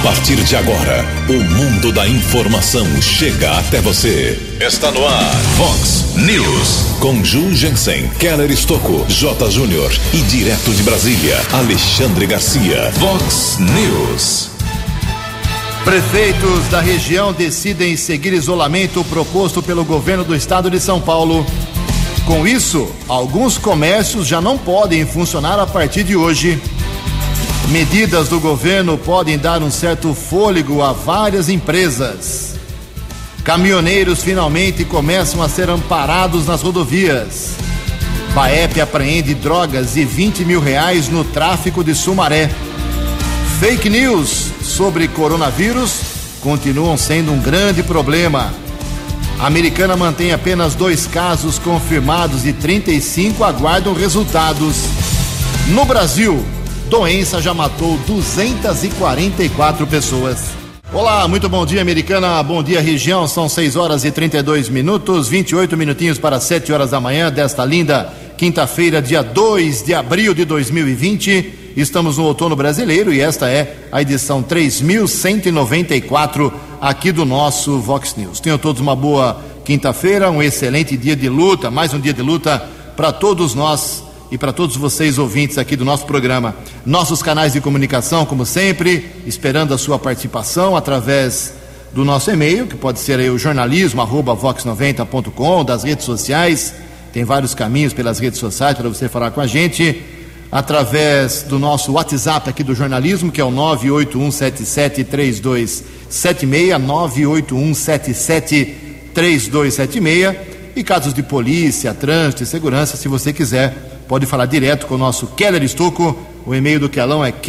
A partir de agora, o mundo da informação chega até você. Está no ar, Vox News. Com Ju Jensen, Keller Estocco, J. Júnior e direto de Brasília, Alexandre Garcia. Vox News. Prefeitos da região decidem seguir isolamento proposto pelo governo do estado de São Paulo. Com isso, alguns comércios já não podem funcionar a partir de hoje. Medidas do governo podem dar um certo fôlego a várias empresas. Caminhoneiros finalmente começam a ser amparados nas rodovias. Baep apreende drogas e R$20 mil no tráfico de Sumaré. Fake news sobre coronavírus continuam sendo um grande problema. A Americana mantém apenas 2 casos confirmados e 35 aguardam resultados. No Brasil, doença já matou 244 pessoas. Olá, muito bom dia, Americana, bom dia, região. São 6 horas e 32 minutos, 28 minutinhos para 7 horas da manhã desta linda quinta-feira, dia 2 de abril de 2020. Estamos no outono brasileiro e esta é a edição 3194 aqui do nosso Vox News. Tenham todos uma boa quinta-feira, um excelente dia de luta, mais um dia de luta para todos nós e para todos vocês ouvintes aqui do nosso programa. Nossos canais de comunicação, como sempre, esperando a sua participação através do nosso e-mail, que pode ser aí o jornalismo@vox90.com, das redes sociais. Tem vários caminhos pelas redes sociais para você falar com a gente. Através do nosso WhatsApp aqui do jornalismo, que é o 981773276, 981773276, e casos de polícia, trânsito e segurança, se você quiser, pode falar direto com o nosso Keller Estocco. O e-mail do Kelão é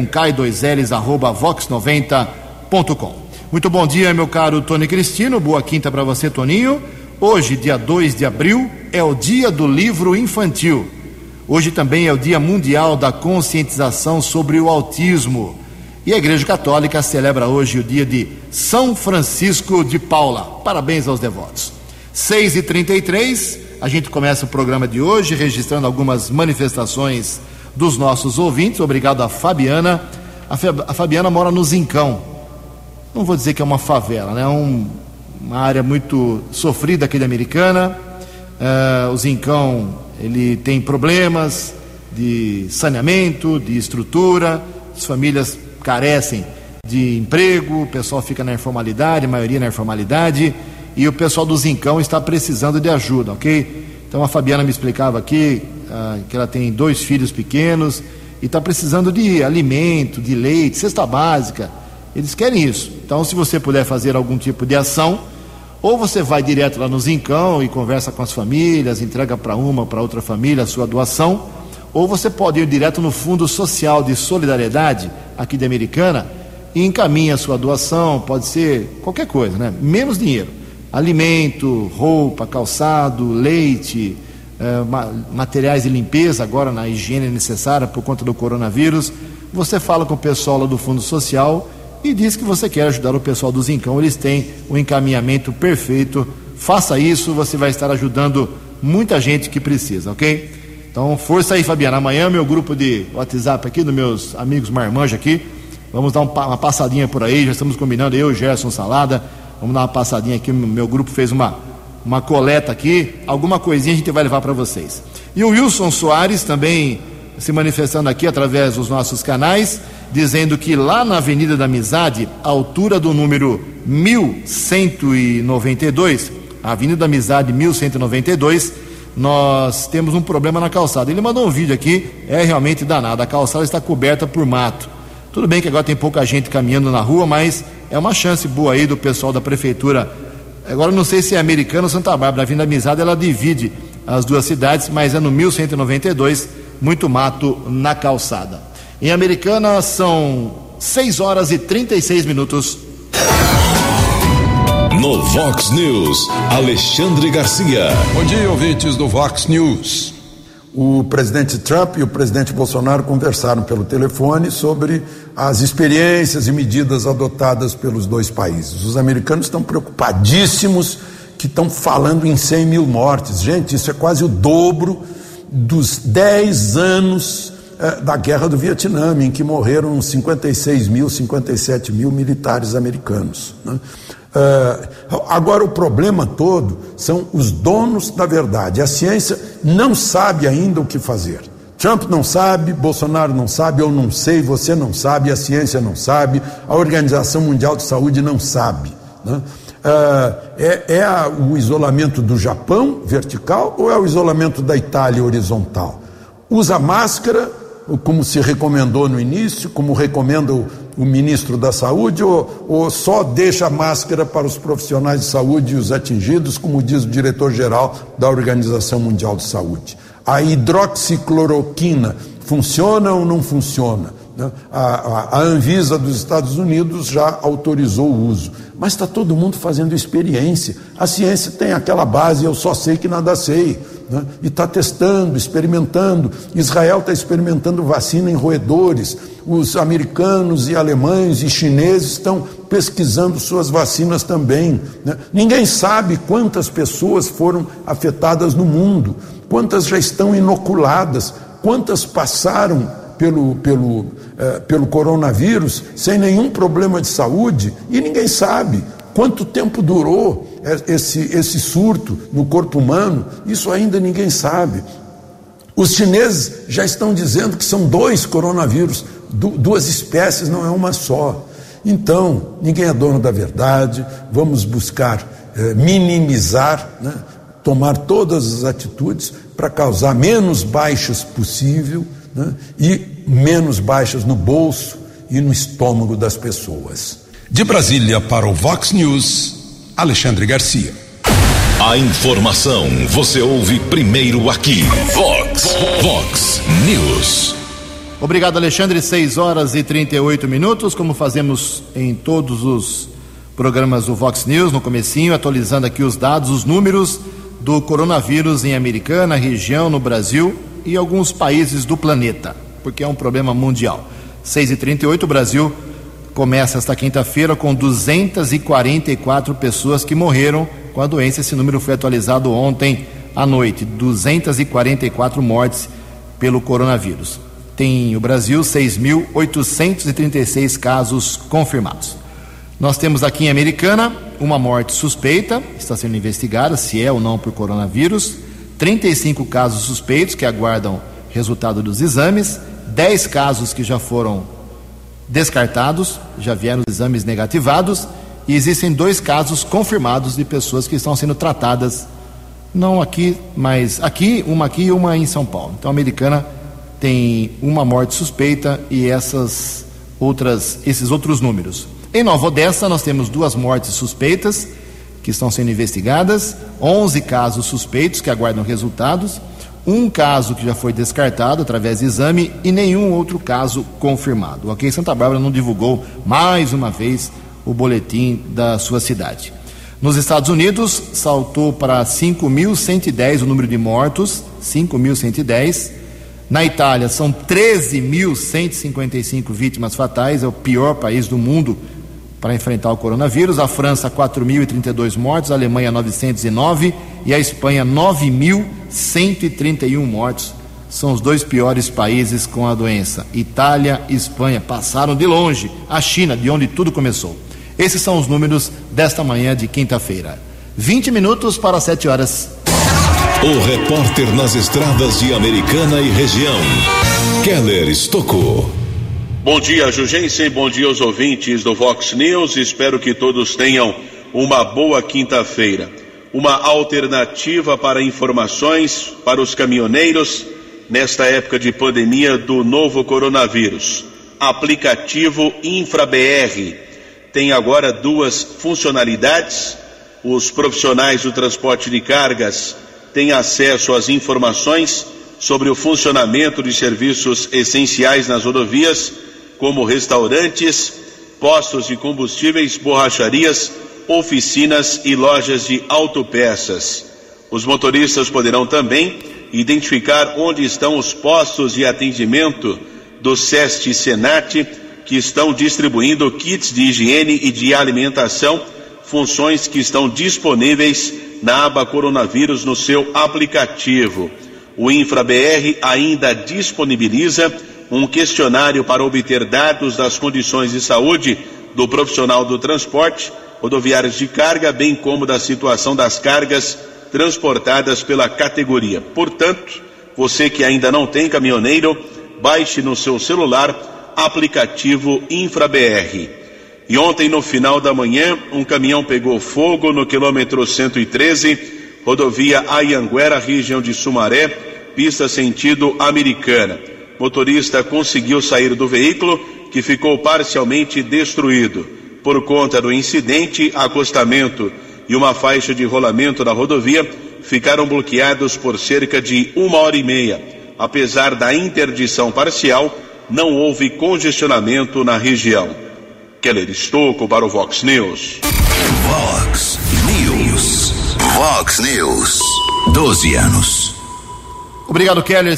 keller@vox90.com. Muito bom dia, meu caro Tony Cristino, boa quinta para você, Toninho. Hoje, dia 2 de abril, é o dia do livro infantil. Hoje também é o Dia Mundial da Conscientização sobre o Autismo. E a Igreja Católica celebra hoje o dia de São Francisco de Paula. Parabéns aos devotos. 6h33, a gente começa o programa de hoje registrando algumas manifestações dos nossos ouvintes. Obrigado a Fabiana. A Fabiana mora no Zincão. Não vou dizer que é uma favela, né? Uma área muito sofrida aqui da Americana. O Zincão, ele tem problemas de saneamento, de estrutura, as famílias carecem de emprego, o pessoal fica na informalidade, a maioria na informalidade, e o pessoal do Zincão está precisando de ajuda, ok? Então a Fabiana me explicava aqui que ela tem 2 filhos pequenos e está precisando de alimento, de leite, cesta básica. Eles querem isso. Então, se você puder fazer algum tipo de ação, ou você vai direto lá no Zincão e conversa com as famílias, entrega para uma, para outra família a sua doação, ou você pode ir direto no Fundo Social de Solidariedade, aqui de Americana, e encaminha a sua doação, pode ser qualquer coisa, né? Menos dinheiro. Alimento, roupa, calçado, leite, materiais de limpeza, agora na higiene necessária por conta do coronavírus. Você fala com o pessoal lá do Fundo Social e diz que você quer ajudar o pessoal do Zincão. Eles têm o encaminhamento perfeito. Faça isso, você vai estar ajudando muita gente que precisa, ok? Então, força aí, Fabiana. Amanhã, meu grupo de WhatsApp aqui, dos meus amigos marmanjos aqui, vamos dar uma passadinha por aí. Já estamos combinando, eu e Gerson Salada, vamos dar uma passadinha aqui. Meu grupo fez uma coleta aqui, alguma coisinha a gente vai levar para vocês. E o Wilson Soares também se manifestando aqui através dos nossos canais, dizendo que lá na Avenida da Amizade, à altura do número 1192, a Avenida da Amizade 1192, nós temos um problema na calçada. Ele mandou um vídeo aqui, é realmente danado, a calçada está coberta por mato. Tudo bem que agora tem pouca gente caminhando na rua, mas é uma chance boa aí do pessoal da prefeitura. Agora não sei se é Americana ou Santa Bárbara, a Avenida da Amizade ela divide as duas cidades, mas é no 1192, muito mato na calçada. Em Americana são 6 horas e 36 minutos. No Vox News, Alexandre Garcia. Bom dia, ouvintes do Vox News. O presidente Trump e o presidente Bolsonaro conversaram pelo telefone sobre as experiências e medidas adotadas pelos 2 países. Os americanos estão preocupadíssimos, que estão falando em 100 mil mortes. Gente, isso é quase o dobro dos 10 anos da Guerra do Vietnã, em que morreram 56 mil, 57 mil militares americanos, né? Agora, o problema todo são os donos da verdade. A ciência não sabe ainda o que fazer. Trump não sabe, Bolsonaro não sabe, eu não sei, você não sabe, a ciência não sabe, a Organização Mundial de Saúde não sabe, né? O isolamento do Japão vertical ou é o isolamento da Itália horizontal? Usa máscara, como se recomendou no início, como recomenda o ministro da Saúde, ou só deixa a máscara para os profissionais de saúde e os atingidos, como diz o diretor-geral da Organização Mundial de Saúde? A hidroxicloroquina funciona ou não funciona? A Anvisa dos Estados Unidos já autorizou o uso, mas está todo mundo fazendo experiência. A ciência tem aquela base, eu só sei que nada sei, né? E está testando, experimentando. Israel está experimentando vacina em roedores, os americanos e alemães e chineses estão pesquisando suas vacinas também, né? Ninguém sabe quantas pessoas foram afetadas no mundo, quantas já estão inoculadas, quantas passaram pelo coronavírus sem nenhum problema de saúde, e ninguém sabe quanto tempo durou esse surto no corpo humano. Isso ainda ninguém sabe. Os chineses já estão dizendo que são 2 coronavírus, 2 espécies, não é uma só. Então, ninguém é dono da verdade. Vamos buscar minimizar, né? Tomar todas as atitudes para causar menos baixas possível, né? E menos baixas no bolso e no estômago das pessoas. De Brasília para o Vox News, Alexandre Garcia. A informação você ouve primeiro aqui. Vox News. Obrigado, Alexandre. 6h38, como fazemos em todos os programas do Vox News, no comecinho, atualizando aqui os dados, os números do coronavírus em Americana, região, no Brasil e alguns países do planeta, porque é um problema mundial. 6h38, o Brasil começa esta quinta-feira com 244 pessoas que morreram com a doença. Esse número foi atualizado ontem à noite, 244 mortes pelo coronavírus. Tem o Brasil 6.836 casos confirmados. Nós temos aqui em Americana uma morte suspeita, está sendo investigada se é ou não por coronavírus, 35 casos suspeitos que aguardam resultado dos exames, 10 casos que já foram descartados, já vieram os exames negativados, e existem 2 casos confirmados de pessoas que estão sendo tratadas, não aqui, mas uma aqui e uma em São Paulo. Então a Americana tem uma morte suspeita e esses outros números. Em Nova Odessa nós temos 2 mortes suspeitas que estão sendo investigadas, 11 casos suspeitos que aguardam resultados, 1 caso que já foi descartado através de exame e nenhum outro caso confirmado. Ok, Santa Bárbara não divulgou mais uma vez o boletim da sua cidade. Nos Estados Unidos saltou para 5.110 o número de mortos, 5.110. Na Itália são 13.155 vítimas fatais, é o pior país do mundo para enfrentar o coronavírus. A França, 4.032 mortos, a Alemanha, 909 e a Espanha, 9.131 mortos. São os 2 piores países com a doença. Itália e Espanha passaram de longe a China, de onde tudo começou. Esses são os números desta manhã de quinta-feira. 20 minutos para 7 horas. O repórter nas estradas de Americana e região, Keller Estocou. Bom dia, Jugensen, bom dia aos ouvintes do Vox News, espero que todos tenham uma boa quinta-feira. Uma alternativa para informações para os caminhoneiros nesta época de pandemia do novo coronavírus. Aplicativo InfraBR tem agora 2 funcionalidades. Os profissionais do transporte de cargas têm acesso às informações sobre o funcionamento de serviços essenciais nas rodovias, como restaurantes, postos de combustíveis, borracharias, oficinas e lojas de autopeças. Os motoristas poderão também identificar onde estão os postos de atendimento do SEST e SENAT, que estão distribuindo kits de higiene e de alimentação, funções que estão disponíveis na aba Coronavírus no seu aplicativo. O InfraBR ainda disponibiliza um questionário para obter dados das condições de saúde do profissional do transporte, rodoviárias de carga, bem como da situação das cargas transportadas pela categoria. Portanto, você que ainda não tem caminhoneiro, baixe no seu celular aplicativo InfraBR. E ontem, no final da manhã, um caminhão pegou fogo no quilômetro 113, rodovia Anhanguera, região de Sumaré, pista sentido Americana. Motorista conseguiu sair do veículo, que ficou parcialmente destruído. Por conta do incidente, acostamento e uma faixa de rolamento da rodovia ficaram bloqueados por cerca de 1h30. Apesar da interdição parcial, não houve congestionamento na região. Keller Estocco para o Vox News. Vox News. Vox News. 12 anos. Obrigado, Keller.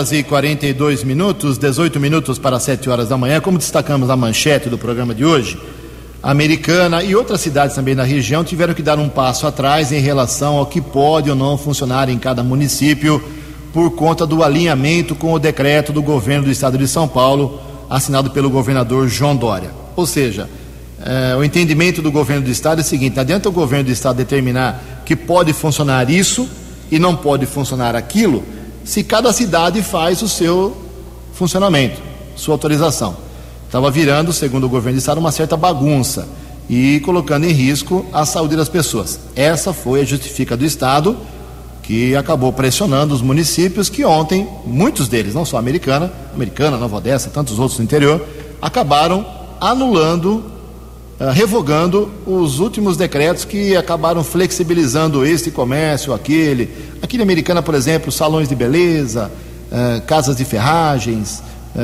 6h42, 18 minutos para 7 horas da manhã. Como destacamos na manchete do programa de hoje, a Americana e outras cidades também da região tiveram que dar um passo atrás em relação ao que pode ou não funcionar em cada município por conta do alinhamento com o decreto do governo do estado de São Paulo, assinado pelo governador João Dória. Ou seja, o entendimento do governo do estado é o seguinte: não adianta o governo do estado determinar que pode funcionar isso e não pode funcionar aquilo, se cada cidade faz o seu funcionamento, sua autorização. Estava virando, segundo o governo do estado, uma certa bagunça e colocando em risco a saúde das pessoas. Essa foi a justificativa do estado, que acabou pressionando os municípios que ontem, muitos deles, não só Americana, Nova Odessa, tantos outros no interior, acabaram anulando, revogando os últimos decretos que acabaram flexibilizando este comércio, aquele. Aqui na Americana, por exemplo, salões de beleza, casas de ferragens,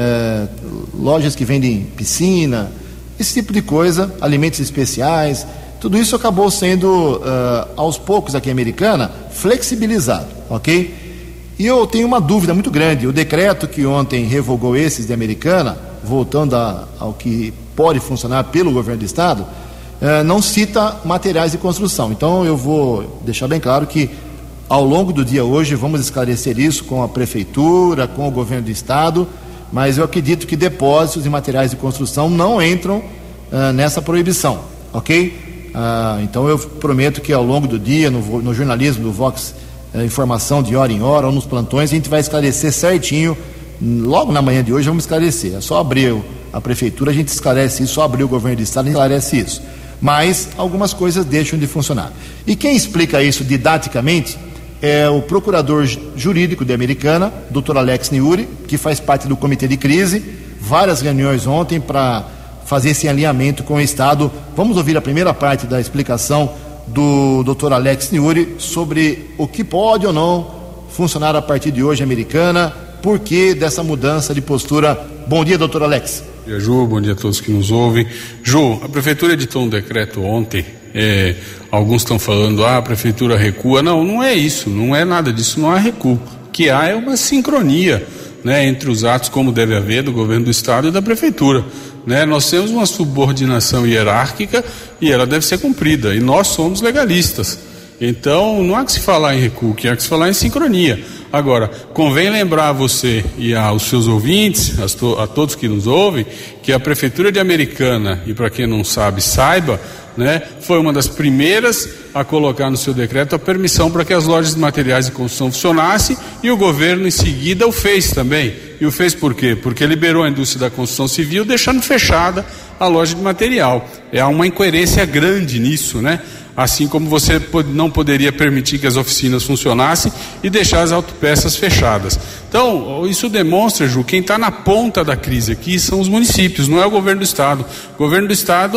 lojas que vendem piscina, esse tipo de coisa, alimentos especiais, tudo isso acabou sendo, aos poucos aqui em Americana, flexibilizado, ok? E eu tenho uma dúvida muito grande: o decreto que ontem revogou esses de Americana, voltando ao que pode funcionar pelo governo do estado, não cita materiais de construção. Então eu vou deixar bem claro que ao longo do dia hoje vamos esclarecer isso com a prefeitura, com o governo do estado, mas eu acredito que depósitos de materiais de construção não entram nessa proibição, ok? Então eu prometo que ao longo do dia, no jornalismo do Vox Informação de hora em hora, ou nos plantões, a gente vai esclarecer certinho. Logo na manhã de hoje vamos esclarecer. É só abrir a prefeitura, a gente esclarece isso, só abrir o governo do estado, a gente esclarece isso. Mas algumas coisas deixam de funcionar. E quem explica isso didaticamente é o procurador jurídico de Americana, Dr. Alex Niuri, que faz parte do comitê de crise. Várias reuniões ontem para fazer esse alinhamento com o estado. Vamos ouvir a primeira parte da explicação do Dr. Alex Niuri sobre o que pode ou não funcionar a partir de hoje, Americana, por que dessa mudança de postura. Bom dia, doutor Alex. Bom dia, Ju, bom dia a todos que nos ouvem. Ju, a prefeitura editou um decreto ontem, alguns estão falando, a prefeitura recua. Não é isso, não é nada disso, não há recuo. O que há é uma sincronia, né, entre os atos, como deve haver, do governo do estado e da prefeitura. Né? Nós temos uma subordinação hierárquica e ela deve ser cumprida, e nós somos legalistas. Então não há que se falar em recuo, há que se falar em sincronia. Agora, convém lembrar a você e aos seus ouvintes, a todos que nos ouvem, que a Prefeitura de Americana, e para quem não sabe, saiba, né, foi uma das primeiras a colocar no seu decreto a permissão para que as lojas de materiais de construção funcionassem, e o governo em seguida o fez também. E o fez por quê? Porque liberou a indústria da construção civil, deixando fechada a loja de material. Há uma incoerência grande nisso, né? Assim como você não poderia permitir que as oficinas funcionassem e deixar as autopeças fechadas. Então, isso demonstra, Ju, quem está na ponta da crise aqui são os municípios, não é o governo do estado. O governo do estado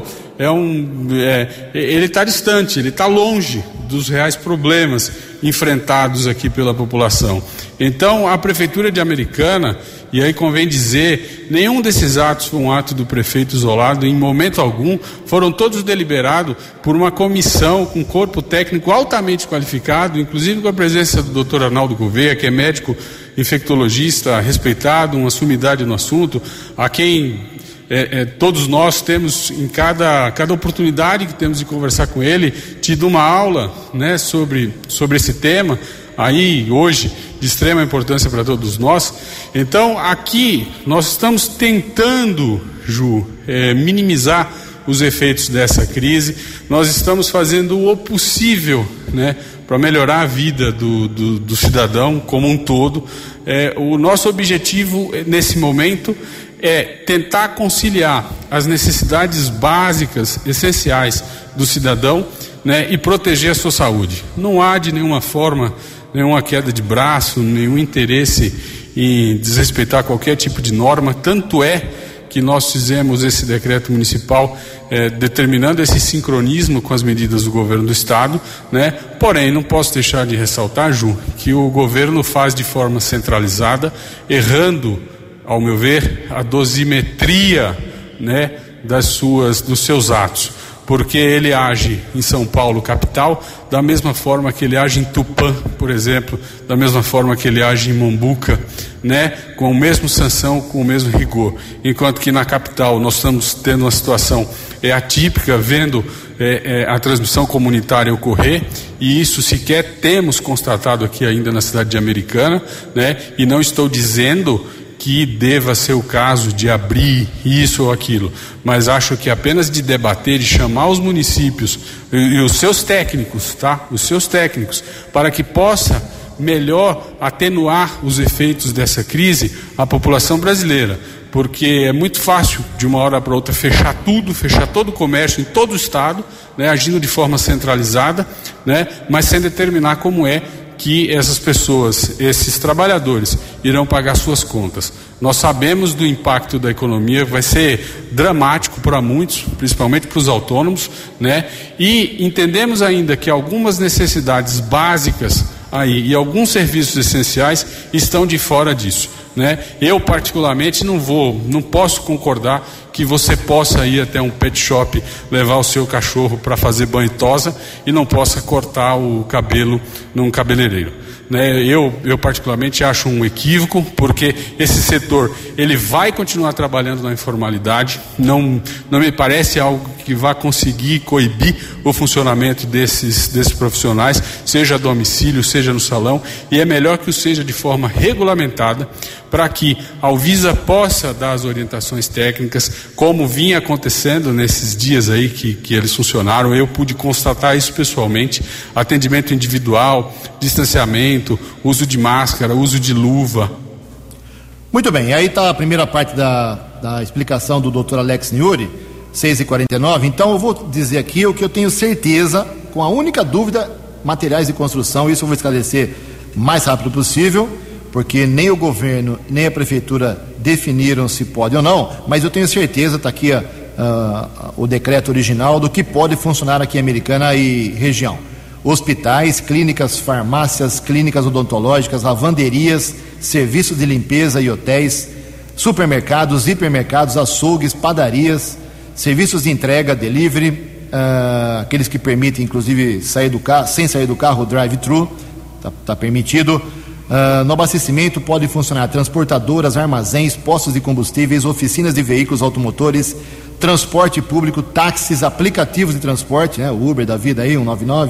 ele está distante, ele está longe dos reais problemas enfrentados aqui pela população. Então, a Prefeitura de Americana, e aí convém dizer, nenhum desses atos foi um ato do prefeito isolado, em momento algum, foram todos deliberados por uma comissão com corpo técnico altamente qualificado, inclusive com a presença do Dr. Arnaldo Gouveia, que é médico infectologista respeitado, uma sumidade no assunto, a quem todos nós temos, em cada oportunidade que temos de conversar com ele, tido uma aula, né, sobre esse tema. Aí, hoje, de extrema importância para todos nós. Então, aqui nós estamos tentando, Ju, minimizar os efeitos dessa crise. Nós estamos fazendo o possível, né, para melhorar a vida do cidadão como um todo. O nosso objetivo nesse momento é tentar conciliar as necessidades básicas, essenciais do cidadão, né, e proteger a sua saúde. Não há de nenhuma forma nenhuma queda de braço, nenhum interesse em desrespeitar qualquer tipo de norma. Tanto é que nós fizemos esse decreto municipal determinando esse sincronismo com as medidas do governo do estado, né? Porém, não posso deixar de ressaltar, Ju, que o governo faz de forma centralizada, errando, ao meu ver, a dosimetria, né, dos seus atos. Porque ele age em São Paulo, capital, da mesma forma que ele age em Tupã, por exemplo, da mesma forma que ele age em Mombuca, né, com o mesmo sanção, com o mesmo rigor. Enquanto que na capital nós estamos tendo uma situação atípica, vendo a transmissão comunitária ocorrer, e isso sequer temos constatado aqui ainda na cidade de Americana, né, e não estou dizendo que deva ser o caso de abrir isso ou aquilo, mas acho que apenas de debater e chamar os municípios e os seus técnicos, tá? Os seus técnicos, para que possa melhor atenuar os efeitos dessa crise à população brasileira, porque é muito fácil de uma hora para outra fechar tudo, fechar todo o comércio em todo o estado, né, agindo de forma centralizada, né, mas sem determinar como é que essas pessoas, esses trabalhadores, irão pagar suas contas. Nós sabemos do impacto da economia, vai ser dramático para muitos, principalmente para os autônomos, né? E entendemos ainda que algumas necessidades básicas aí e alguns serviços essenciais estão de fora disso, né? Eu particularmente não posso concordar que você possa ir até um pet shop levar o seu cachorro para fazer banho e tosa e não possa cortar o cabelo num cabeleireiro, né? Eu particularmente acho um equívoco, porque esse setor ele vai continuar trabalhando na informalidade. Não me parece algo que vá conseguir coibir o funcionamento desses profissionais, seja a domicílio, seja no salão, e é melhor que o seja de forma regulamentada, para que a Alvisa possa dar as orientações técnicas, como vinha acontecendo nesses dias aí que eles funcionaram. Eu pude constatar isso pessoalmente: atendimento individual, distanciamento, uso de máscara, uso de luva. Muito bem, aí está a primeira parte da explicação do Dr. Alex Niuri, 6h49. Então eu vou dizer aqui o que eu tenho certeza, com a única dúvida: materiais de construção. Isso eu vou esclarecer o mais rápido possível, porque nem o governo nem a prefeitura definiram se pode ou não, mas eu tenho certeza, está aqui o decreto original do que pode funcionar aqui em Americana e região: hospitais, clínicas, farmácias, clínicas odontológicas, lavanderias, serviços de limpeza e hotéis, supermercados, hipermercados, açougues, padarias, serviços de entrega, delivery, aqueles que permitem inclusive sair do carro, sem sair do carro, drive-thru, está permitido. No abastecimento pode funcionar transportadoras, armazéns, postos de combustíveis, oficinas de veículos automotores, transporte público, táxis, aplicativos de transporte, né, o Uber da vida aí, o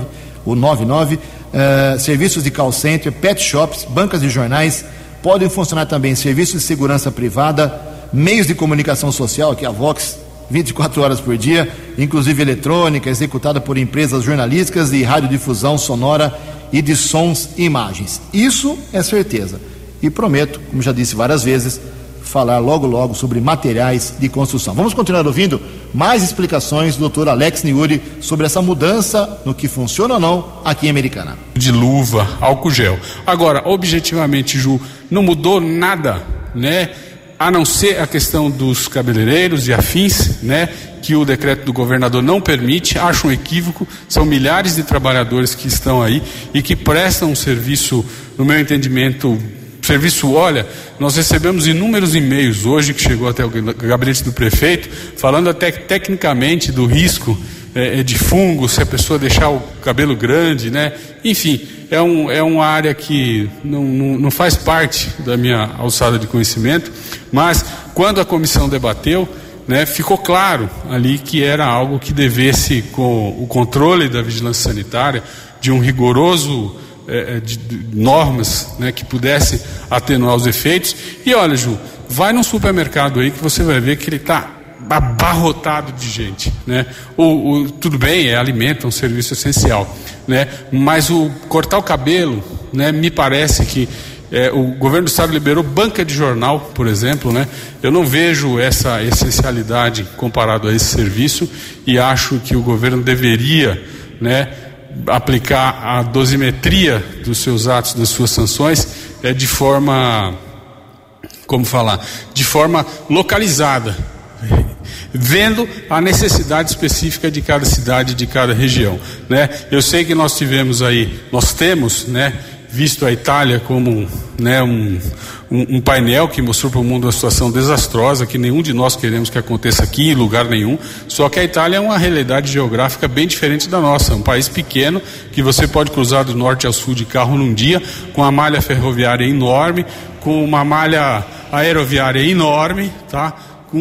99, serviços de call center, pet shops, bancas de jornais. Podem funcionar também serviços de segurança privada, meios de comunicação social, que é a Vox, 24 horas por dia, inclusive eletrônica, executada por empresas jornalísticas de radiodifusão sonora e de sons e imagens. Isso é certeza. E prometo, como já disse várias vezes, falar logo sobre materiais de construção. Vamos continuar ouvindo mais explicações do Dr. Alex Niuri sobre essa mudança no que funciona ou não aqui em Americana. De luva, álcool gel. Agora, objetivamente, Ju, não mudou nada, né? A não ser a questão dos cabeleireiros e afins, né, que o decreto do governador não permite. Acho um equívoco. São milhares de trabalhadores que estão aí e que prestam um serviço, no meu entendimento, olha, nós recebemos inúmeros e-mails hoje, que chegou até o gabinete do prefeito, falando até tecnicamente do risco de fungo, se a pessoa deixar o cabelo grande, né? Enfim, é uma área que não faz parte da minha alçada de conhecimento, mas quando a comissão debateu, né, ficou claro ali que era algo que devesse, com o controle da vigilância sanitária, de um rigoroso de normas, né, que pudessem atenuar os efeitos. E olha, Ju, vai num supermercado aí que você vai ver que ele está abarrotado de gente, né? Tudo bem, é alimento, é um serviço essencial, né? Mas cortar o cabelo, né, me parece que o governo do estado liberou banca de jornal, por exemplo, né? Eu não vejo essa essencialidade comparado a esse serviço e acho que o governo deveria, né, aplicar a dosimetria dos seus atos, das suas sanções, de forma, de forma localizada, vendo a necessidade específica de cada cidade, de cada região, né? Eu sei que nós temos, né, visto a Itália como, né, um painel que mostrou para o mundo uma situação desastrosa, que nenhum de nós queremos que aconteça aqui em lugar nenhum, só que a Itália é uma realidade geográfica bem diferente da nossa, um país pequeno, que você pode cruzar do norte ao sul de carro num dia, com uma malha ferroviária enorme, com uma malha aeroviária enorme, tá?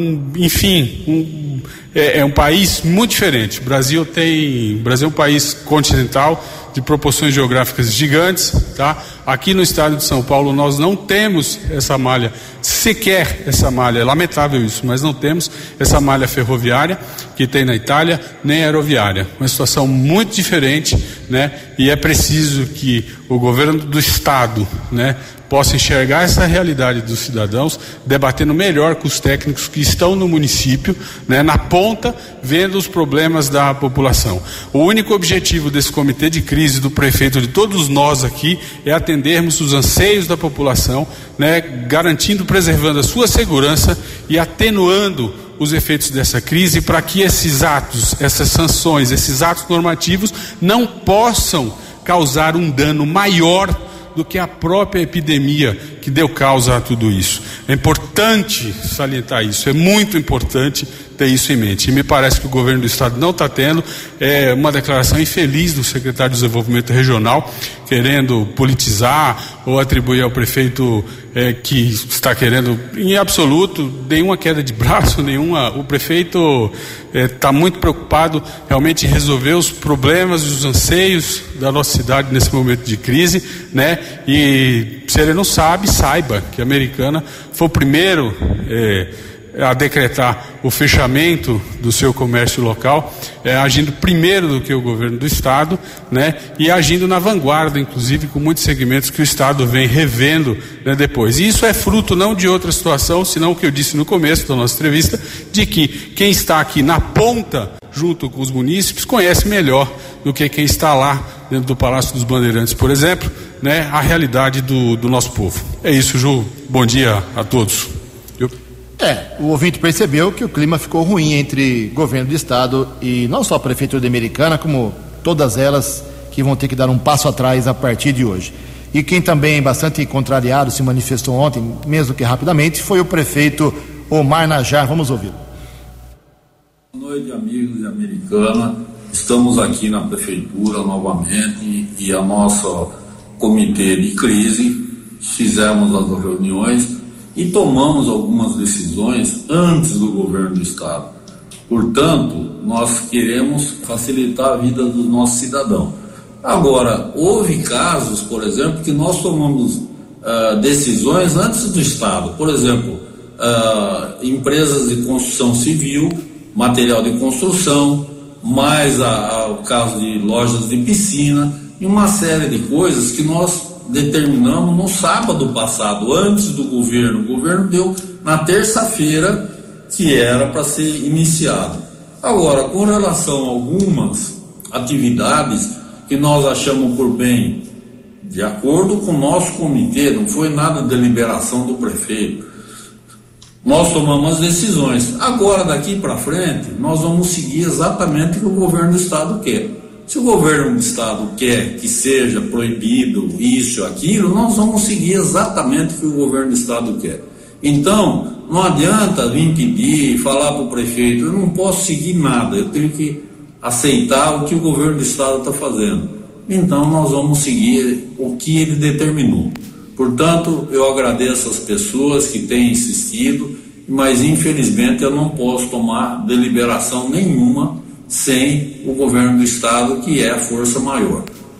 Enfim, é um país muito diferente. O Brasil é um país continental de proporções geográficas gigantes, tá? Aqui no estado de São Paulo nós não temos essa malha, sequer essa malha, é lamentável isso, mas não temos essa malha ferroviária que tem na Itália, nem aeroviária. Uma situação muito diferente, né? E é preciso que o governo do estado, né, possa enxergar essa realidade dos cidadãos, debatendo melhor com os técnicos que estão no município, né, na ponta, vendo os problemas da população. O único objetivo desse comitê de crise, do prefeito, de todos nós aqui, é atendermos os anseios da população, né, garantindo, preservando a sua segurança e atenuando os efeitos dessa crise, para que esses atos, essas sanções, esses atos normativos não possam causar um dano maior do que a própria epidemia que deu causa a tudo isso. É importante salientar isso, é muito importante ter isso em mente. E me parece que o governo do estado não está tendo. É uma declaração infeliz do secretário de Desenvolvimento Regional, querendo politizar ou atribuir ao prefeito que está querendo, em absoluto, nenhuma queda de braço, o prefeito está muito preocupado realmente em resolver os problemas e os anseios da nossa cidade nesse momento de crise, né? E se ele não sabe, saiba que a Americana foi o primeiro a decretar o fechamento do seu comércio local, agindo primeiro do que o governo do estado, né, e agindo na vanguarda, inclusive com muitos segmentos que o estado vem revendo, né, depois. E isso é fruto não de outra situação, senão o que eu disse no começo da nossa entrevista, de que quem está aqui na ponta, junto com os munícipes, conhece melhor do que quem está lá dentro do Palácio dos Bandeirantes, por exemplo, né, a realidade do nosso povo. É isso, Ju. Bom dia a todos. O ouvinte percebeu que o clima ficou ruim entre governo do estado e não só a prefeitura de Americana, como todas elas que vão ter que dar um passo atrás a partir de hoje. E quem também bastante contrariado se manifestou ontem, mesmo que rapidamente, foi o prefeito Omar Najar. Vamos ouvi-lo. Boa noite, amigos de Americana. Estamos aqui na prefeitura novamente e a nossa comitê de crise, fizemos as reuniões e tomamos algumas decisões antes do governo do estado. Portanto, nós queremos facilitar a vida dos nossos cidadãos. Agora, houve casos, por exemplo, que nós tomamos decisões antes do estado. Por exemplo, empresas de construção civil, material de construção, mais o caso de lojas de piscina e uma série de coisas que nós determinamos no sábado passado, antes do governo. O governo deu na terça-feira que era para ser iniciado. Agora, com relação a algumas atividades que nós achamos por bem, de acordo com o nosso comitê, não foi nada de deliberação do prefeito, nós tomamos as decisões. Agora, daqui para frente, nós vamos seguir exatamente o que o governo do estado quer. Se o governo do estado quer que seja proibido isso, aquilo, nós vamos seguir exatamente o que o governo do estado quer. Então, não adianta vir pedir, falar para o prefeito, eu não posso seguir nada, eu tenho que aceitar o que o governo do estado está fazendo. Então, nós vamos seguir o que ele determinou. Portanto, eu agradeço as pessoas que têm insistido, mas infelizmente eu não posso tomar deliberação nenhuma sem o governo do estado, que é a força maior.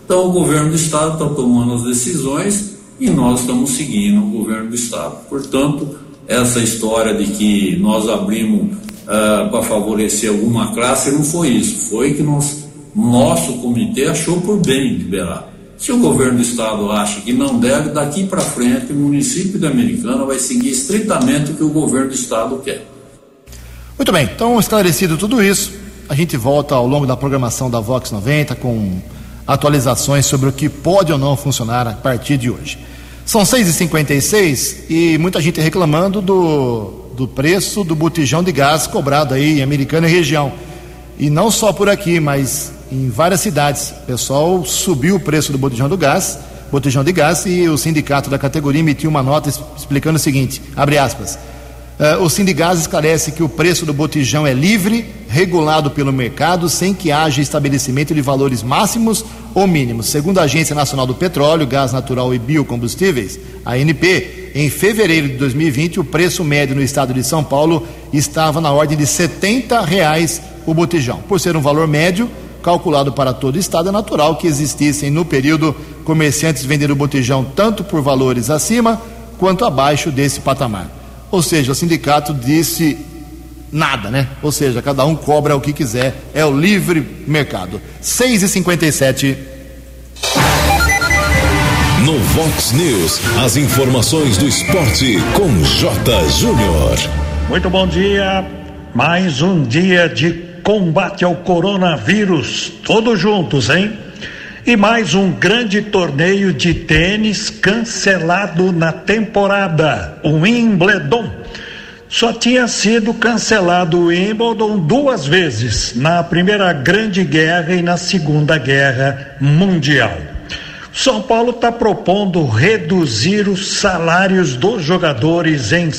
Então o governo do estado está tomando as decisões e nós estamos seguindo o governo do estado. Portanto, essa história de que nós abrimos para favorecer alguma classe não foi isso, foi que nosso comitê achou por bem liberar. Se o governo do estado acha que não deve, daqui para frente o município de Americana vai seguir estritamente o que o governo do estado quer. Muito bem, então esclarecido tudo isso, a gente volta ao longo da programação da Vox 90 com atualizações sobre o que pode ou não funcionar a partir de hoje. São 6h56 e muita gente reclamando do preço do botijão de gás cobrado aí em Americana e região. E não só por aqui, mas em várias cidades. O pessoal subiu o preço do botijão de gás e o sindicato da categoria emitiu uma nota explicando o seguinte, abre aspas, o Sindigás esclarece que o preço do botijão é livre, regulado pelo mercado, sem que haja estabelecimento de valores máximos ou mínimos. Segundo a Agência Nacional do Petróleo, Gás Natural e Biocombustíveis, ANP, em fevereiro de 2020, o preço médio no estado de São Paulo estava na ordem de R$70 o botijão. Por ser um valor médio, calculado para todo o estado, é natural que existissem no período comerciantes vendendo o botijão tanto por valores acima quanto abaixo desse patamar. Ou seja, o sindicato disse nada, né? Ou seja, cada um cobra o que quiser, é o livre mercado. 6h57. No Vox News, as informações do esporte com J. Júnior. Muito bom dia, mais um dia de combate ao coronavírus, todos juntos, hein? E mais um grande torneio de tênis cancelado na temporada, o Wimbledon. Só tinha sido cancelado o Wimbledon 2 vezes, na Primeira Grande Guerra e na Segunda Guerra Mundial. São Paulo está propondo reduzir os salários dos jogadores em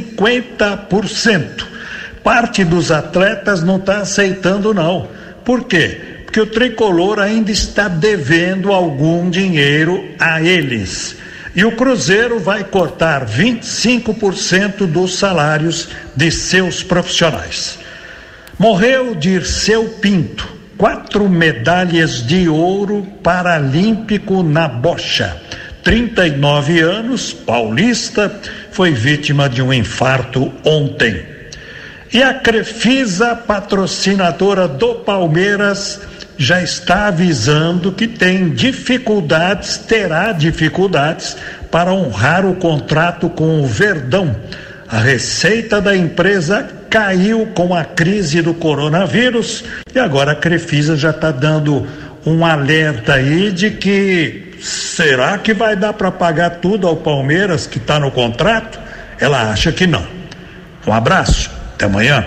50%. Parte dos atletas não está aceitando, não. Por quê? Porque o tricolor ainda está devendo algum dinheiro a eles. E o Cruzeiro vai cortar 25% dos salários de seus profissionais. Morreu Dirceu Pinto, 4 medalhas de ouro paralímpico na bocha. 39 anos, paulista, foi vítima de um infarto ontem. E a Crefisa, patrocinadora do Palmeiras, já está avisando que terá dificuldades para honrar o contrato com o Verdão. A receita da empresa caiu com a crise do coronavírus e agora a Crefisa já está dando um alerta aí de que será que vai dar para pagar tudo ao Palmeiras que está no contrato? Ela acha que não. Um abraço, até amanhã.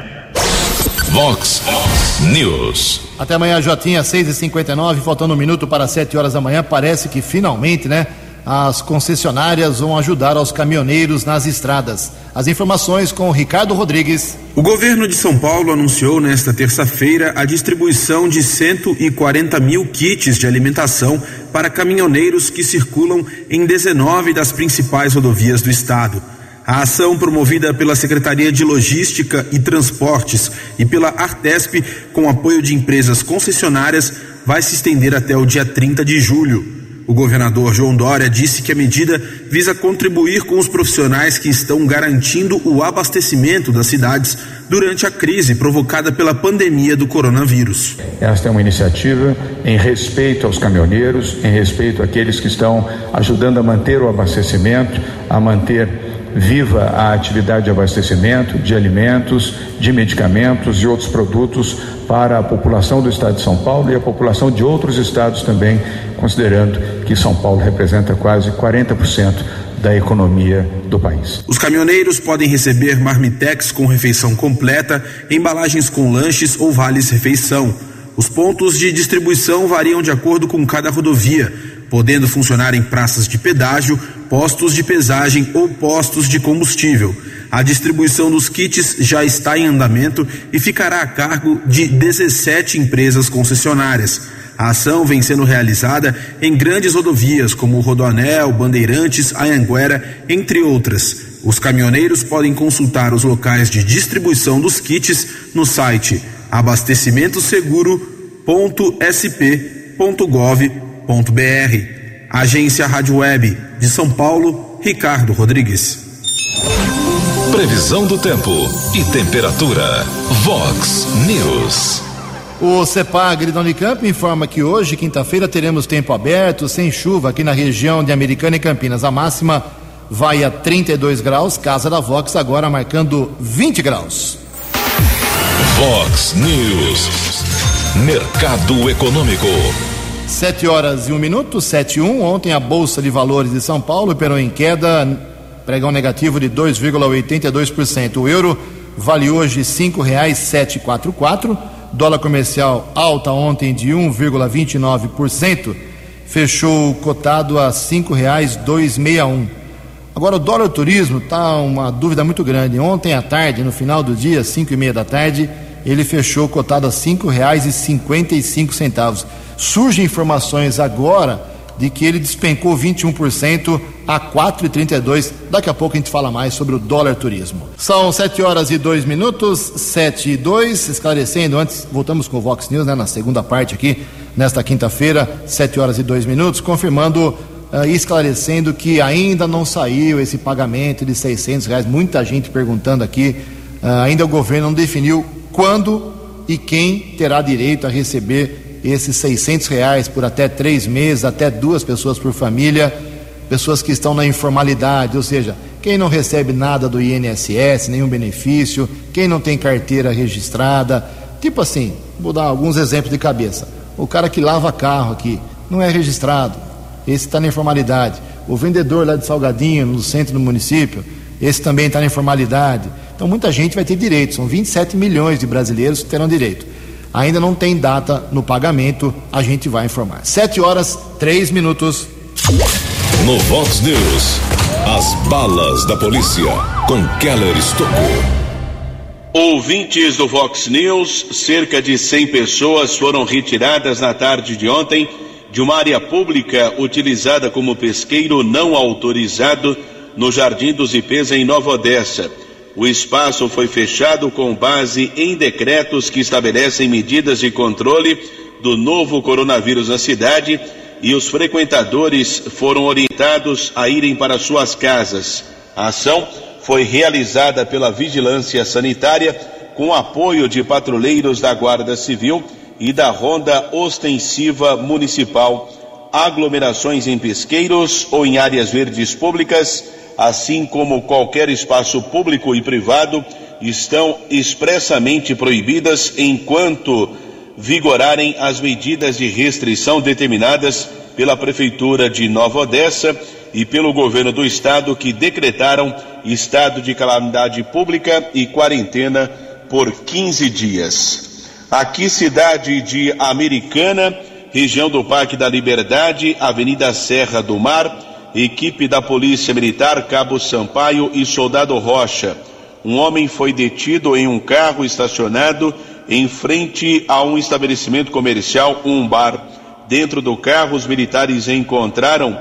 Vox News. Até amanhã, Jotinha, 6h59, faltando 1 minuto para 7 horas da manhã. Parece que finalmente, né, as concessionárias vão ajudar aos caminhoneiros nas estradas. As informações com o Ricardo Rodrigues. O governo de São Paulo anunciou nesta terça-feira a distribuição de 140 mil kits de alimentação para caminhoneiros que circulam em 19 das principais rodovias do estado. A ação, promovida pela Secretaria de Logística e Transportes e pela Artesp, com apoio de empresas concessionárias, vai se estender até o dia 30 de julho. O governador João Dória disse que a medida visa contribuir com os profissionais que estão garantindo o abastecimento das cidades durante a crise provocada pela pandemia do coronavírus. Esta é uma iniciativa em respeito aos caminhoneiros, em respeito àqueles que estão ajudando a manter o abastecimento, a manter viva a atividade de abastecimento de alimentos, de medicamentos e outros produtos para a população do estado de São Paulo e a população de outros estados também, considerando que São Paulo representa quase 40% da economia do país. Os caminhoneiros podem receber marmitex com refeição completa, embalagens com lanches ou vales-refeição. Os pontos de distribuição variam de acordo com cada rodovia, podendo funcionar em praças de pedágio, postos de pesagem ou postos de combustível. A distribuição dos kits já está em andamento e ficará a cargo de 17 empresas concessionárias. A ação vem sendo realizada em grandes rodovias como Rodoanel, Bandeirantes, Anhanguera, entre outras. Os caminhoneiros podem consultar os locais de distribuição dos kits no site abastecimentoseguro.sp.gov.br. Agência Rádio Web de São Paulo, Ricardo Rodrigues. Previsão do tempo e temperatura. Vox News. O CEPAGRI da Unicamp informa que hoje, quinta-feira, teremos tempo aberto, sem chuva, aqui na região de Americana e Campinas. A máxima vai a 32 graus, Casa da Vox agora marcando 20 graus. Vox News. Mercado Econômico. 7h01, 7:01. Ontem a Bolsa de Valores de São Paulo operou em queda, pregão negativo de 2,82%. O euro vale hoje R$ 5,744. Dólar comercial alta ontem de 1,29%, fechou cotado a R$ 5,261. Agora o dólar turismo está uma dúvida muito grande. Ontem à tarde, no final do dia, 5:30 da tarde, ele fechou cotado a R$ 5,55. Surgem informações agora de que ele despencou 21% a 4,32. Daqui a pouco a gente fala mais sobre o dólar turismo. São 7h02, 7:02, esclarecendo, antes voltamos com o Vox News, né, na segunda parte aqui, nesta quinta-feira, 7h02, confirmando e esclarecendo que ainda não saiu esse pagamento de R$600, muita gente perguntando aqui, ainda o governo não definiu quando e quem terá direito a receber esses R$600 por até 3 meses, até 2 pessoas por família, pessoas que estão na informalidade, ou seja, quem não recebe nada do INSS, nenhum benefício, quem não tem carteira registrada, tipo assim, vou dar alguns exemplos de cabeça. O cara que lava carro aqui, não é registrado, esse está na informalidade. O vendedor lá de Salgadinho, no centro do município, esse também está na informalidade. Então muita gente vai ter direito, são 27 milhões de brasileiros que terão direito. Ainda não tem data no pagamento, a gente vai informar. 7h03. No Vox News, as balas da polícia com Keller Estocou. Ouvintes do Vox News, cerca de 100 pessoas foram retiradas na tarde de ontem de uma área pública utilizada como pesqueiro não autorizado no Jardim dos Ipês, em Nova Odessa. O espaço foi fechado com base em decretos que estabelecem medidas de controle do novo coronavírus na cidade, e os frequentadores foram orientados a irem para suas casas. A ação foi realizada pela Vigilância Sanitária com apoio de patrulheiros da Guarda Civil e da Ronda Ostensiva Municipal. Aglomerações em pesqueiros ou em áreas verdes públicas, assim como qualquer espaço público e privado, estão expressamente proibidas enquanto vigorarem as medidas de restrição determinadas pela Prefeitura de Nova Odessa e pelo governo do estado, que decretaram estado de calamidade pública e quarentena por 15 dias. Aqui, cidade de Americana, região do Parque da Liberdade, Avenida Serra do Mar, equipe da Polícia Militar, Cabo Sampaio e Soldado Rocha. Um homem foi detido em um carro estacionado em frente a um estabelecimento comercial, um bar. Dentro do carro, os militares encontraram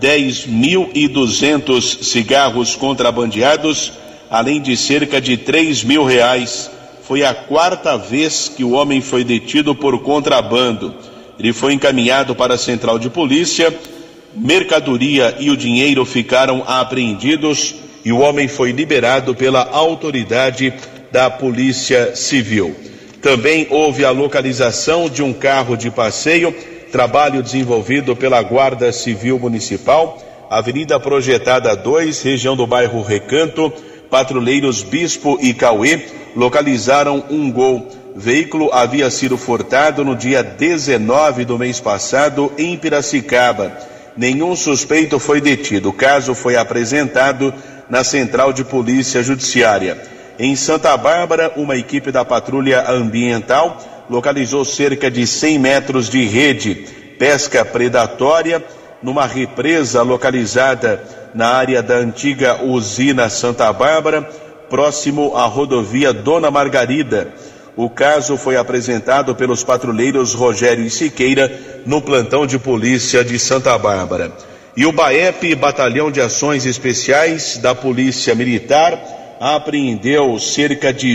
10.200 cigarros contrabandeados, além de cerca de R$3.000. Foi a 4ª vez que o homem foi detido por contrabando. Ele foi encaminhado para a central de polícia. Mercadoria e o dinheiro ficaram apreendidos e o homem foi liberado pela autoridade da Polícia Civil. Também houve a localização de um carro de passeio, trabalho desenvolvido pela Guarda Civil Municipal, Avenida Projetada 2, região do bairro Recanto. Patrulheiros Bispo e Cauê localizaram um Gol. Veículo havia sido furtado no dia 19 do mês passado em Piracicaba. Nenhum suspeito foi detido. O caso foi apresentado na Central de Polícia Judiciária. Em Santa Bárbara, uma equipe da Patrulha Ambiental localizou cerca de 100 metros de rede pesca predatória numa represa localizada na área da antiga usina Santa Bárbara, próximo à rodovia Dona Margarida. O caso foi apresentado pelos patrulheiros Rogério e Siqueira no plantão de polícia de Santa Bárbara. E o BAEP, Batalhão de Ações Especiais da Polícia Militar, apreendeu cerca de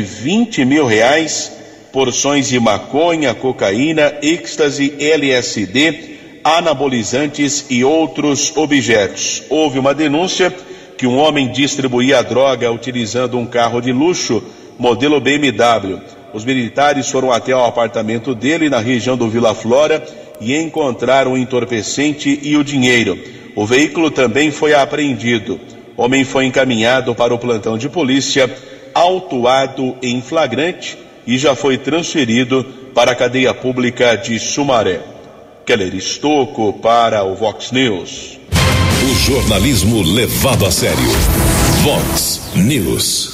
R$20.000, porções de maconha, cocaína, êxtase, LSD, anabolizantes e outros objetos. Houve uma denúncia que um homem distribuía droga utilizando um carro de luxo modelo BMW. Os militares foram até o apartamento dele na região do Vila Flora e encontraram o entorpecente e o dinheiro. O veículo também foi apreendido. O homem foi encaminhado para o plantão de polícia, autuado em flagrante e já foi transferido para a cadeia pública de Sumaré. Keller Estocco para o Vox News. O jornalismo levado a sério. Vox News.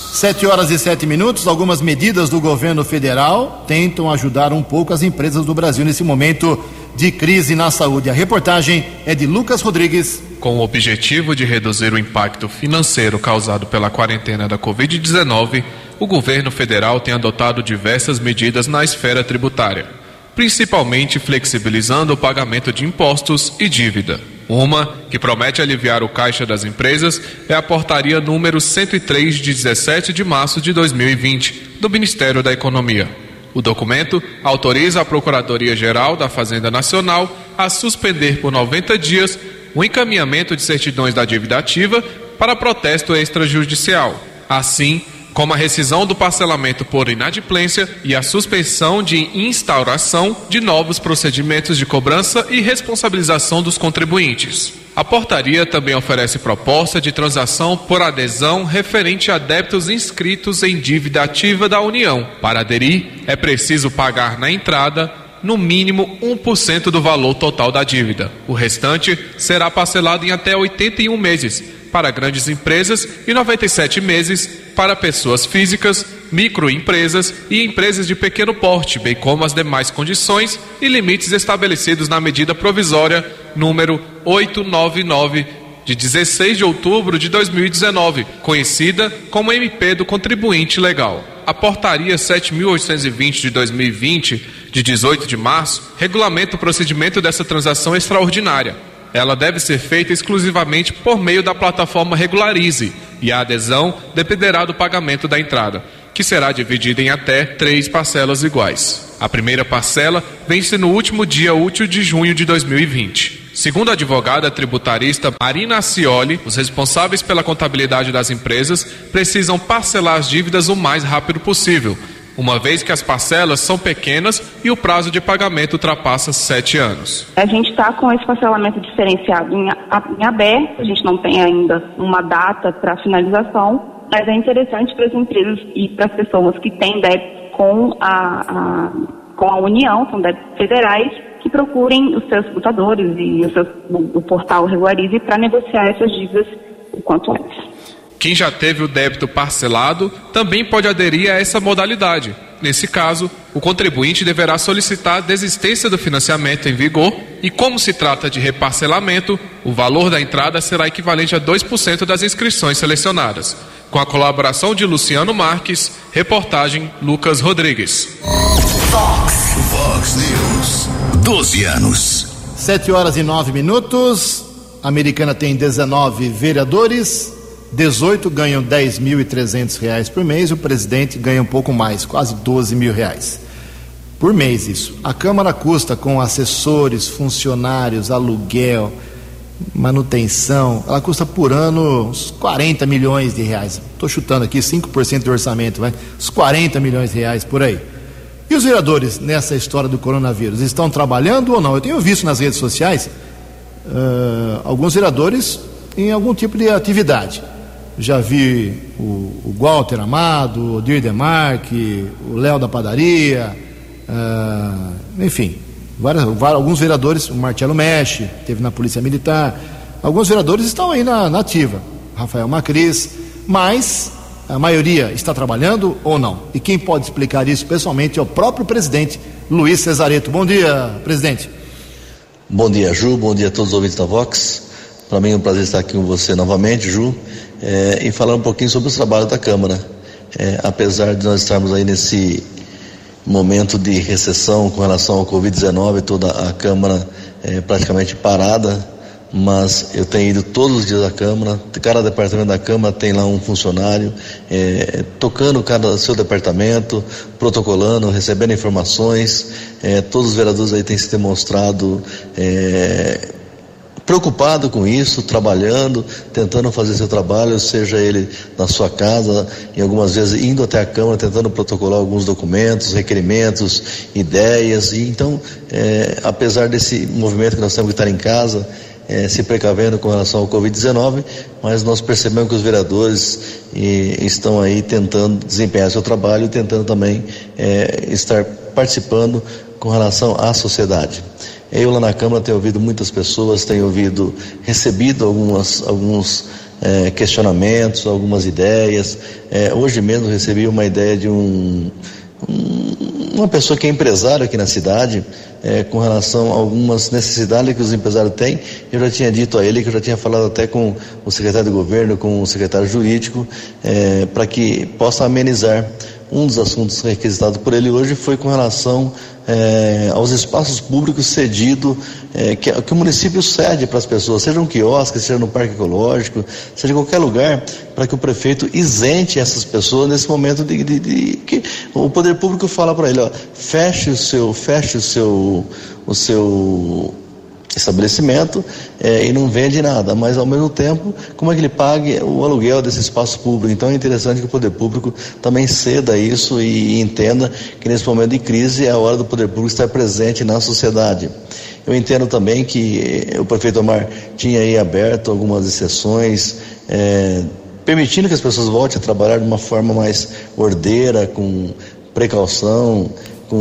7h07. Algumas medidas do governo federal tentam ajudar um pouco as empresas do Brasil nesse momento de crise na saúde. A reportagem é de Lucas Rodrigues. Com o objetivo de reduzir o impacto financeiro causado pela quarentena da Covid-19, o governo federal tem adotado diversas medidas na esfera tributária, principalmente flexibilizando o pagamento de impostos e dívida. Uma, que promete aliviar o caixa das empresas, é a portaria número 103 de 17 de março de 2020, do Ministério da Economia. O documento autoriza a Procuradoria-Geral da Fazenda Nacional a suspender por 90 dias o encaminhamento de certidões da dívida ativa para protesto extrajudicial, assim como a rescisão do parcelamento por inadimplência e a suspensão de instauração de novos procedimentos de cobrança e responsabilização dos contribuintes. A portaria também oferece proposta de transação por adesão referente a débitos inscritos em dívida ativa da União. Para aderir, é preciso pagar na entrada no mínimo 1% do valor total da dívida. O restante será parcelado em até 81 meses para grandes empresas e 97 meses para pessoas físicas, microempresas e empresas de pequeno porte, bem como as demais condições e limites estabelecidos na medida provisória número 899 de 16 de outubro de 2019, conhecida como MP do Contribuinte Legal. A portaria 7.820 de 2020, de 18 de março, regulamenta o procedimento dessa transação extraordinária. Ela deve ser feita exclusivamente por meio da plataforma Regularize e a adesão dependerá do pagamento da entrada, que será dividida em até 3 parcelas iguais. A primeira parcela vence no último dia útil de junho de 2020. Segundo a advogada tributarista Marina Ascioli, os responsáveis pela contabilidade das empresas precisam parcelar as dívidas o mais rápido possível, uma vez que as parcelas são pequenas e o prazo de pagamento ultrapassa 7 anos. A gente está com esse parcelamento diferenciado em aberto, a gente não tem ainda uma data para finalização, mas é interessante para as empresas e para as pessoas que têm débito com a União, são débitos federais, que procurem os seus tributadores e o portal Regularize para negociar essas dívidas o quanto antes. Quem já teve o débito parcelado também pode aderir a essa modalidade. Nesse caso, o contribuinte deverá solicitar a desistência do financiamento em vigor e, como se trata de reparcelamento, o valor da entrada será equivalente a 2% das inscrições selecionadas. Com a colaboração de Luciano Marques, reportagem Lucas Rodrigues. Vox News, 12 anos. 7h09. A Americana tem 19 vereadores, 18 ganham R$10.300 por mês, o presidente ganha um pouco mais, quase R$12.000 por mês isso. A Câmara custa com assessores, funcionários, aluguel, manutenção, ela custa por ano uns R$40 milhões. Estou chutando aqui 5% do orçamento, vai? Uns R$40 milhões por aí. E os vereadores nessa história do coronavírus, estão trabalhando ou não? Eu tenho visto nas redes sociais alguns vereadores em algum tipo de atividade. Já vi o Walter Amado, o Dir Demarque, o Léo da Padaria, enfim, alguns vereadores, o Marcelo Meche, esteve na Polícia Militar, alguns vereadores estão aí na ativa, Rafael Macris, mas a maioria está trabalhando ou não? E quem pode explicar isso pessoalmente é o próprio presidente, Luiz Cesareto. Bom dia, presidente. Bom dia, Ju, bom dia a todos os ouvintes da Vox. Para mim é um prazer estar aqui com você novamente, Ju, e falar um pouquinho sobre os trabalhos da Câmara. Apesar de nós estarmos aí nesse momento de recessão com relação ao Covid-19, toda a Câmara praticamente parada, mas eu tenho ido todos os dias à Câmara. Cada departamento da Câmara tem lá um funcionário tocando cada seu departamento, protocolando, recebendo informações. Todos os vereadores aí têm se demonstrado preocupado com isso, trabalhando, tentando fazer seu trabalho, seja ele na sua casa, e algumas vezes indo até a Câmara, tentando protocolar alguns documentos, requerimentos, ideias. E então, apesar desse movimento que nós temos que estar em casa, se precavendo com relação ao Covid-19, mas nós percebemos que os vereadores estão aí tentando desempenhar seu trabalho e tentando também estar participando com relação à sociedade. Eu lá na Câmara tenho ouvido muitas pessoas, tenho recebido alguns questionamentos, algumas ideias. Hoje mesmo recebi uma ideia de uma pessoa que é empresário aqui na cidade, com relação a algumas necessidades que os empresários têm. Eu já tinha dito a ele, que eu já tinha falado até com o secretário de governo, com o secretário jurídico, para que possa amenizar. Um dos assuntos requisitados por ele hoje foi com relação aos espaços públicos cedidos, que o município cede para as pessoas, seja um quiosque, seja no parque ecológico, seja em qualquer lugar, para que o prefeito isente essas pessoas nesse momento que o poder público fala para ele, feche o seu estabelecimento e não vende nada, mas ao mesmo tempo, como é que ele pague o aluguel desse espaço público? Então é interessante que o poder público também ceda isso e entenda que nesse momento de crise é a hora do poder público estar presente na sociedade. Eu entendo também que o prefeito Omar tinha aí aberto algumas exceções, permitindo que as pessoas voltem a trabalhar de uma forma mais ordeira, com precaução,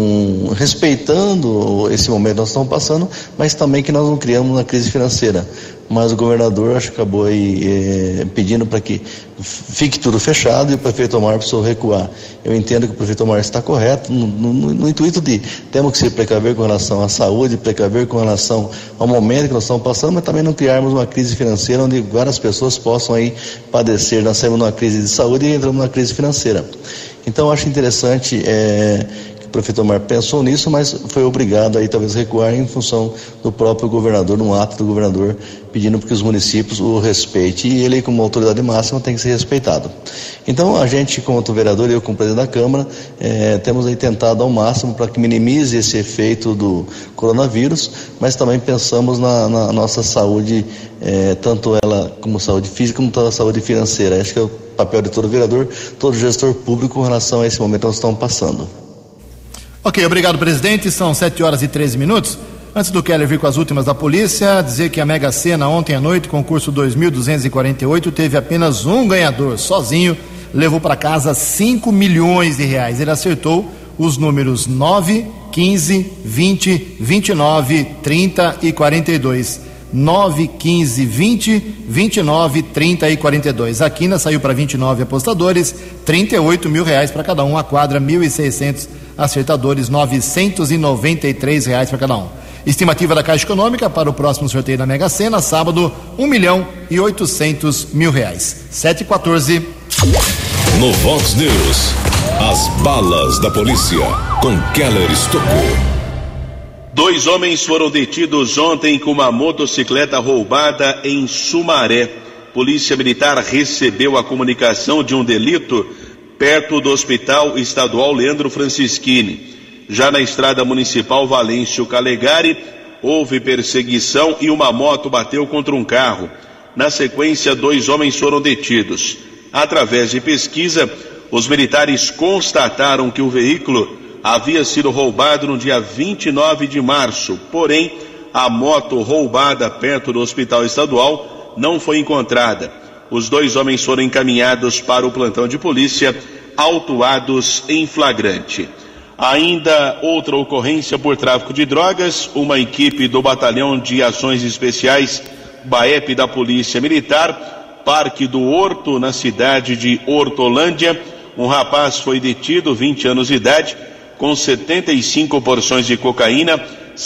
respeitando esse momento que nós estamos passando, mas também que nós não criamos uma crise financeira. Mas o governador acho que acabou aí pedindo para que fique tudo fechado e o prefeito Omar precisou recuar. Eu entendo que o prefeito Omar está correto no intuito de temos que se precaver com relação à saúde, precaver com relação ao momento que nós estamos passando, mas também não criarmos uma crise financeira onde várias pessoas possam aí padecer. Nós saímos numa crise de saúde e entramos numa crise financeira. Então eu acho interessante o prefeito Omar pensou nisso, mas foi obrigado aí talvez recuar em função do próprio governador, num ato do governador pedindo que os municípios o respeitem, e ele como autoridade máxima tem que ser respeitado. Então a gente, como vereador, eu como presidente da Câmara, temos aí tentado ao máximo para que minimize esse efeito do coronavírus, mas também pensamos na nossa saúde, tanto ela como saúde física como a saúde financeira. Acho que é o papel de todo vereador, todo gestor público com relação a esse momento que nós estamos passando. Ok, obrigado, presidente. São 7h13. Antes do Keller vir com as últimas da polícia, dizer que a Mega Sena ontem à noite, concurso 2.248, teve apenas um ganhador, sozinho, levou para casa 5 milhões de reais. Ele acertou os números 9, 15, 20, 29, 30 e 42. 9, 15, 20, 29, 30 e 42. A quina saiu para 29 apostadores, 38 mil reais para cada um. A quadra, 1.600 acertadores, 993 reais para cada um. Estimativa da Caixa Econômica para o próximo sorteio da Mega Sena, sábado, 1.800.000 reais. 7h14. No Vox News, as balas da polícia com Keller Estocou. 2 homens foram detidos ontem com uma motocicleta roubada em Sumaré. Polícia Militar recebeu a comunicação de um delito perto do Hospital Estadual Leandro Francischini. Já na estrada municipal Valêncio Calegari, houve perseguição e uma moto bateu contra um carro. Na sequência, 2 homens foram detidos. Através de pesquisa, os militares constataram que o veículo havia sido roubado no dia 29 de março, porém, a moto roubada perto do Hospital Estadual não foi encontrada. Os 2 homens foram encaminhados para o plantão de polícia, autuados em flagrante. Ainda outra ocorrência por tráfico de drogas, uma equipe do Batalhão de Ações Especiais, BAEP da Polícia Militar, Parque do Horto, na cidade de Hortolândia. Um rapaz foi detido, 20 anos de idade, com 75 porções de cocaína,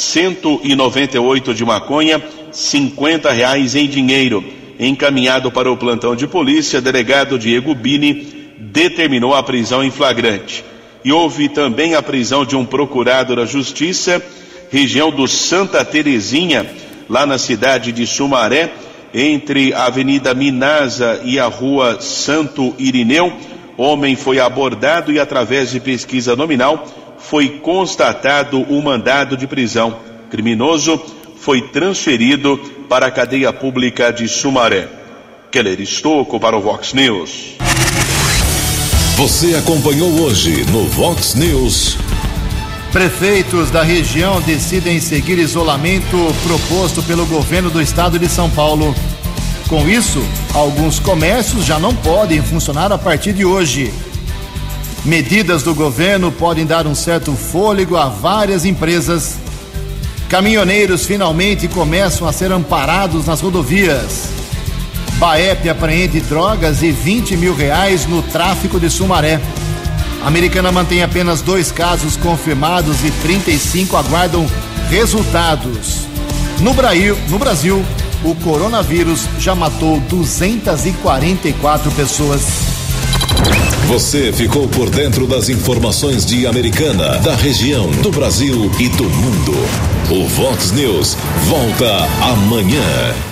198 de maconha, R$50 em dinheiro. Encaminhado para o plantão de polícia, delegado Diego Bini determinou a prisão em flagrante. E houve também a prisão de um procurado da Justiça, região do Santa Terezinha, lá na cidade de Sumaré, entre a Avenida Minasa e a Rua Santo Irineu. Homem foi abordado e, através de pesquisa nominal, foi constatado um mandado de prisão. Criminoso foi transferido para a cadeia pública de Sumaré. Keller Estocco para o Vox News. Você acompanhou hoje no Vox News. Prefeitos da região decidem seguir isolamento proposto pelo governo do estado de São Paulo. Com isso, alguns comércios já não podem funcionar a partir de hoje. Medidas do governo podem dar um certo fôlego a várias empresas. Caminhoneiros finalmente começam a ser amparados nas rodovias. Baep apreende drogas e R$20 mil no tráfico de Sumaré. A Americana mantém apenas 2 casos confirmados e 35 aguardam resultados. No Brasil, o coronavírus já matou 244 pessoas. Você ficou por dentro das informações de Americana, da região, do Brasil e do mundo. O Vox News volta amanhã.